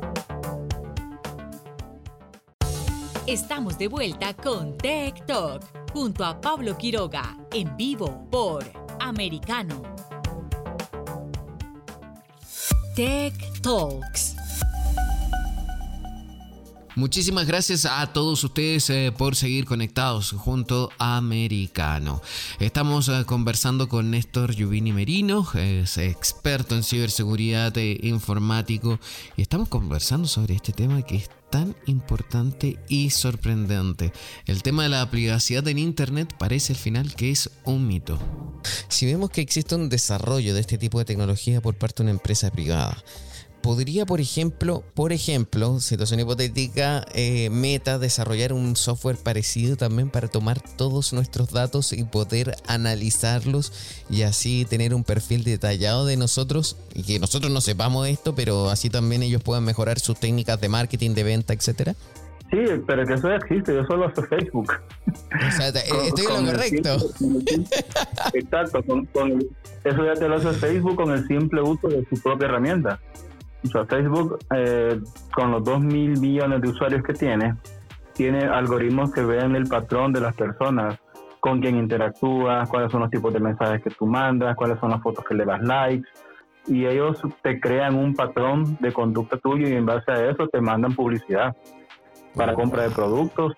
Estamos de vuelta con Tech Talk junto a Pablo Quiroga en vivo por Americano. Tech Talks. Muchísimas gracias a todos ustedes eh, por seguir conectados junto a Americano. Estamos eh, conversando con Néstor Giuvini Merino, es experto en ciberseguridad eh, informático, y estamos conversando sobre este tema que es tan importante y sorprendente. El tema de la privacidad en Internet parece al final que es un mito. Si vemos que existe un desarrollo de este tipo de tecnología por parte de una empresa privada, ¿podría, por ejemplo, por ejemplo, situación hipotética, eh, Meta desarrollar un software parecido también para tomar todos nuestros datos y poder analizarlos y así tener un perfil detallado de nosotros y que nosotros no sepamos esto, pero así también ellos puedan mejorar sus técnicas de marketing, de venta, etcétera? Sí, pero que eso ya existe, eso lo hace Facebook. O sea, con, estoy en lo correcto. Simple, exacto, con, con, eso ya te lo hace Facebook con el simple uso de su propia herramienta. O sea, Facebook, eh, con los dos mil millones de usuarios que tiene, tiene algoritmos que ven el patrón de las personas, con quién interactúas, cuáles son los tipos de mensajes que tú mandas, cuáles son las fotos que le das likes, y ellos te crean un patrón de conducta tuyo y en base a eso te mandan publicidad para compra de productos.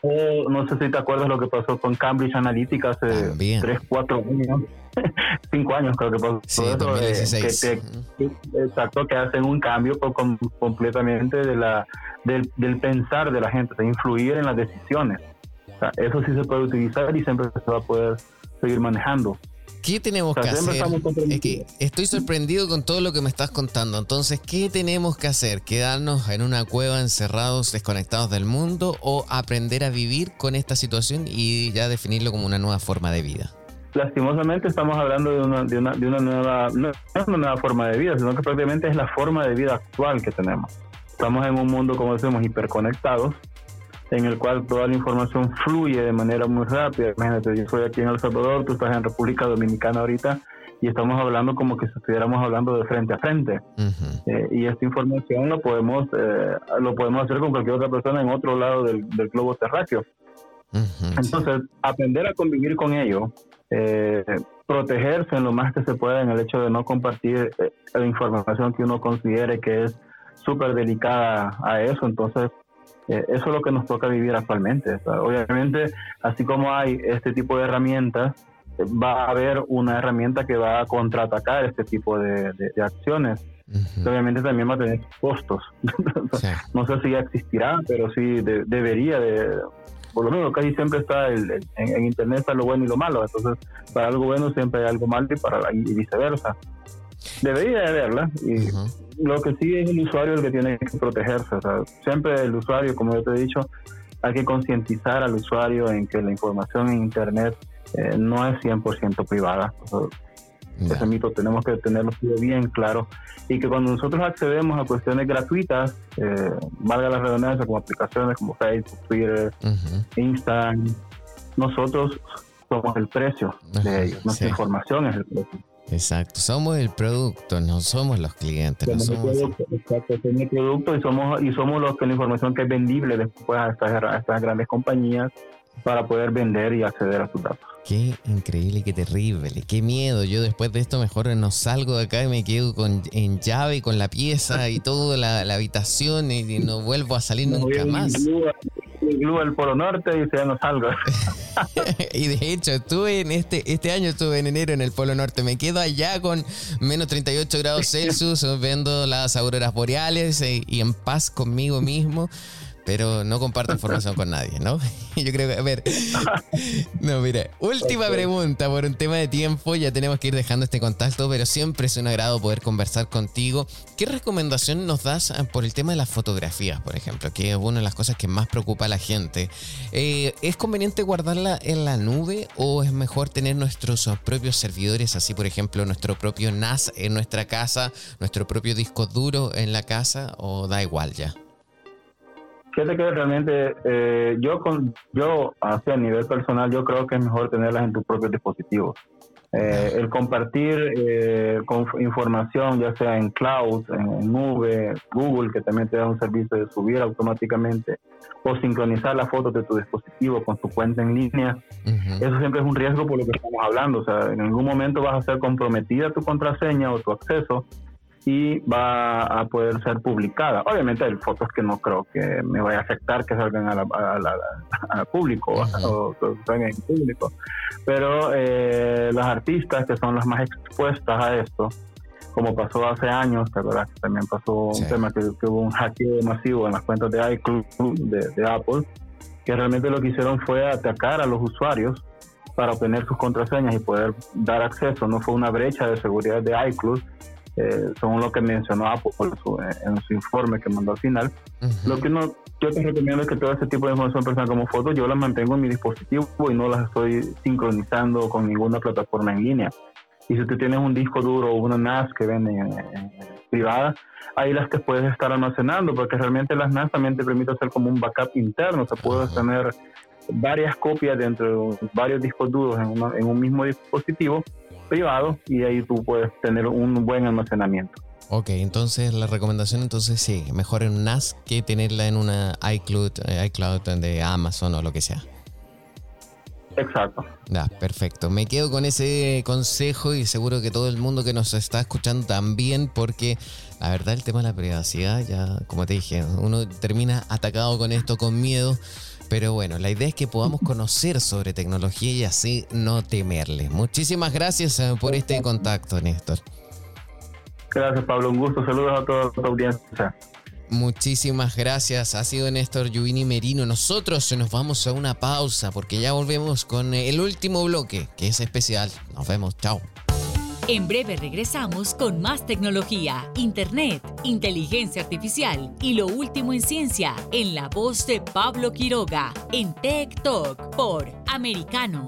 O no sé si te acuerdas lo que pasó con Cambridge Analytica hace tres, cuatro años, cinco años creo que pasó. Sí, eso, dos mil dieciséis. Eh, que te, exacto, que hacen un cambio por, com, completamente de la del, del pensar de la gente, de influir en las decisiones. O sea, eso sí se puede utilizar y siempre se va a poder seguir manejando. ¿Qué tenemos o sea, que hacer? Es que estoy sorprendido con todo lo que me estás contando. Entonces, ¿qué tenemos que hacer? ¿Quedarnos en una cueva encerrados, desconectados del mundo, o aprender a vivir con esta situación y ya definirlo como una nueva forma de vida? Lastimosamente estamos hablando de una, de una, de una nueva, no es una nueva forma de vida, sino que prácticamente es la forma de vida actual que tenemos. Estamos en un mundo, como decimos, hiperconectados, en el cual toda la información fluye de manera muy rápida. Imagínate, yo estoy aquí en El Salvador, tú estás en República Dominicana ahorita, y estamos hablando como que si estuviéramos hablando de frente a frente. Uh-huh. Eh, y esta información lo podemos eh, lo podemos hacer con cualquier otra persona en otro lado del, del globo terráqueo. Uh-huh. Entonces, aprender a convivir con ello, eh, protegerse en lo más que se pueda en el hecho de no compartir eh, la información que uno considere que es súper delicada a eso. Entonces, Eh, eso es lo que nos toca vivir actualmente. O sea, obviamente, así como hay este tipo de herramientas, eh, va a haber una herramienta que va a contraatacar este tipo de, de, de acciones. Uh-huh. Obviamente también va a tener costos. Sí. No sé si ya existirá, pero sí de, debería de... Por lo menos casi siempre está el, el, en, en Internet está lo bueno y lo malo. Entonces, para algo bueno siempre hay algo malo y, para, y viceversa. debería de verla y Uh-huh. lo que sí es el usuario el que tiene que protegerse. O sea, siempre el usuario, como yo te he dicho, hay que concientizar al usuario en que la información en Internet eh, no es cien por ciento privada. O sea, Ya. ese mito tenemos que tenerlo bien claro, y que cuando nosotros accedemos a cuestiones gratuitas, eh, valga la redundancia, como aplicaciones como Facebook, Twitter, Uh-huh. Instagram, nosotros somos el precio Ajá, de ellos, nuestra sí. información es el precio. Exacto, somos el producto, no somos los clientes, no Somos el somos... producto, exacto, somos el producto y somos, y somos los que la información que es vendible después a estas, a estas grandes compañías para poder vender y acceder a sus datos. Qué increíble, qué terrible, qué miedo. Yo después de esto mejor no salgo de acá y me quedo con, en llave con la pieza y toda la, la habitación y, y no vuelvo a salir Me voy nunca a más. iglú al Polo Norte y ya no salgo. Y de hecho, estuve en este, este año estuve en enero en el Polo Norte. Me quedo allá con menos treinta y ocho grados Celsius viendo las auroras boreales y, y en paz conmigo mismo. Pero no comparto información con nadie, ¿no? Yo creo que, a ver, no, mira, última pregunta por un tema de tiempo, ya tenemos que ir dejando este contacto, pero siempre es un agrado poder conversar contigo. ¿Qué recomendación nos das por el tema de las fotografías, por ejemplo, que es una de las cosas que más preocupa a la gente? Eh, ¿Es conveniente guardarla en la nube o es mejor tener nuestros propios servidores, así por ejemplo nuestro propio N A S en nuestra casa, nuestro propio disco duro en la casa, o da igual ya? Fíjate que realmente eh, yo con yo hacia a nivel personal yo creo que es mejor tenerlas en tus propios dispositivos. Eh, el compartir eh, con información, ya sea en cloud, en, en nube, Google, que también te da un servicio de subir automáticamente, o sincronizar las fotos de tu dispositivo con tu cuenta en línea, Uh-huh. eso siempre es un riesgo por lo que estamos hablando. O sea, en algún momento vas a ser comprometida tu contraseña o tu acceso y va a poder ser publicada. Obviamente hay fotos que no creo que me vaya a afectar que salgan a la, a la, a la público, uh-huh, o que salgan en público, pero eh, las artistas que son las más expuestas a esto, como pasó hace años, ¿te acuerdas? También pasó sí. un tema que, que hubo un hackeo masivo en las cuentas de iCloud de, de Apple, que realmente lo que hicieron fue atacar a los usuarios para obtener sus contraseñas y poder dar acceso. No fue una brecha de seguridad de iCloud, Eh, según lo que mencionó Apple en su, en su informe que mandó al final. Uh-huh. Lo que no, yo te recomiendo es que todo ese tipo de información personal como fotos yo las mantengo en mi dispositivo y no las estoy sincronizando con ninguna plataforma en línea. Y si tú tienes un disco duro o una N A S que venden en, en, en privada, ahí las que puedes estar almacenando, porque realmente las N A S también te permite hacer como un backup interno. O sea, puedes uh-huh. tener varias copias dentro de varios discos duros en, una, en un mismo dispositivo privado, y ahí tú puedes tener un buen almacenamiento. Ok, entonces la recomendación entonces sí, mejor en un N A S que tenerla en una iCloud, eh, iCloud de Amazon o lo que sea. Exacto. Ya, perfecto. Me quedo con ese consejo y seguro que todo el mundo que nos está escuchando también, porque la verdad el tema de la privacidad, ya como te dije, uno termina atacado con esto, con miedo. Pero bueno, la idea es que podamos conocer sobre tecnología y así no temerle. Muchísimas gracias por este contacto, Néstor. Gracias, Pablo. Un gusto. Saludos a toda tu audiencia. Muchísimas gracias. Ha sido Néstor Giuvini Merino. Nosotros nos vamos a una pausa porque ya volvemos con el último bloque, que es especial. Nos vemos. Chao. En breve regresamos con más tecnología, internet, inteligencia artificial y lo último en ciencia, en la voz de Pablo Quiroga, en Tech Talk por Americano.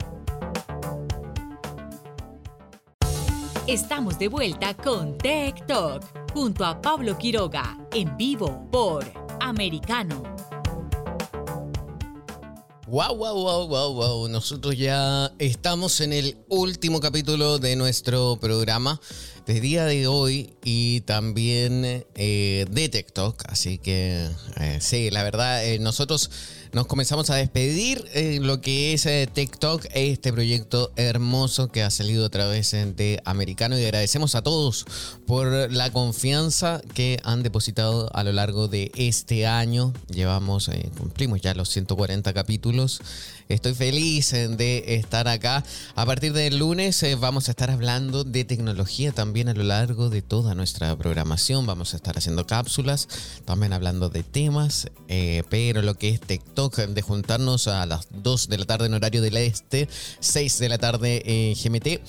Estamos de vuelta con Tech Talk, junto a Pablo Quiroga, en vivo por Americano. Wow, wow, wow, wow, wow. Nosotros ya estamos en el último capítulo de nuestro programa de día de hoy y también eh, de Tech Talk. Así que eh, sí, la verdad, eh, nosotros nos comenzamos a despedir en eh, lo que es eh, Tech Talk, este proyecto hermoso que ha salido a través de Americano, y agradecemos a todos por la confianza que han depositado a lo largo de este año. Llevamos, eh, cumplimos ya los ciento cuarenta capítulos. Estoy feliz de estar acá. A partir del lunes eh, vamos a estar hablando de tecnología también a lo largo de toda nuestra programación. Vamos a estar haciendo cápsulas, también hablando de temas, eh, pero lo que es TikTok, de juntarnos a las dos de la tarde en horario del este, seis de la tarde en G M T.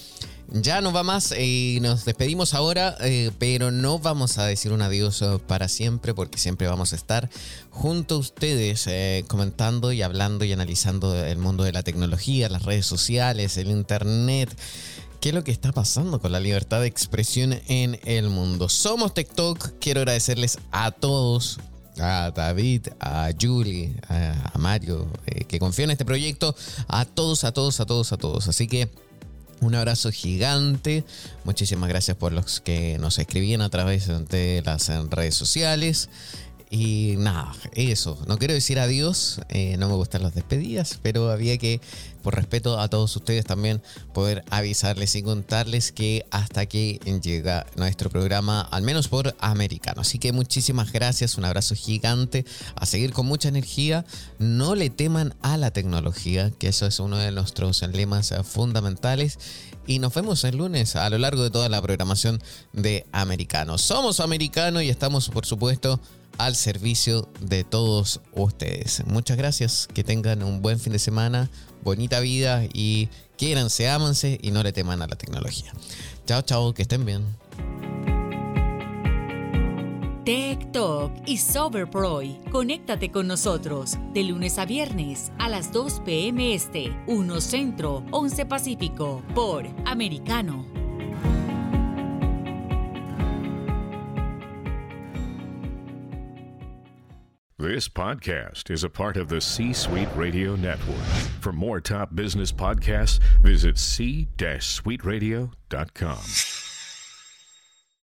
ya no va más y nos despedimos ahora, eh, pero no vamos a decir un adiós para siempre, porque siempre vamos a estar junto a ustedes eh, comentando y hablando y analizando el mundo de la tecnología, las redes sociales, el internet. ¿Qué es lo que está pasando con la libertad de expresión en el mundo? Somos TechTalk. Quiero agradecerles a todos, a David, a Julie, a, a Mario, eh, que confían en este proyecto, a todos, a todos, a todos, a todos. Así que un abrazo gigante. Muchísimas gracias por los que nos escribían a través de las redes sociales. Y nada, eso. No quiero decir adiós, eh, no me gustan las despedidas, pero había que, por respeto a todos ustedes también, poder avisarles y contarles que hasta aquí llega nuestro programa, al menos por americano. Así que muchísimas gracias, un abrazo gigante, a seguir con mucha energía. No le teman a la tecnología, que eso es uno de nuestros lemas fundamentales. Y nos vemos el lunes a lo largo de toda la programación de Americano. Somos Americano y estamos, por supuesto, al servicio de todos ustedes. Muchas gracias, que tengan un buen fin de semana, bonita vida y quiéranse, ámanse y no le teman a la tecnología. Chao, chao, que estén bien. Tech Talk y Soberproy. Conéctate con nosotros de lunes a viernes a las dos p.m. Este, uno Centro, once Pacífico, por Americano. This podcast is a part of the C-Suite Radio Network. For more top business podcasts, visit c suite radio dot com.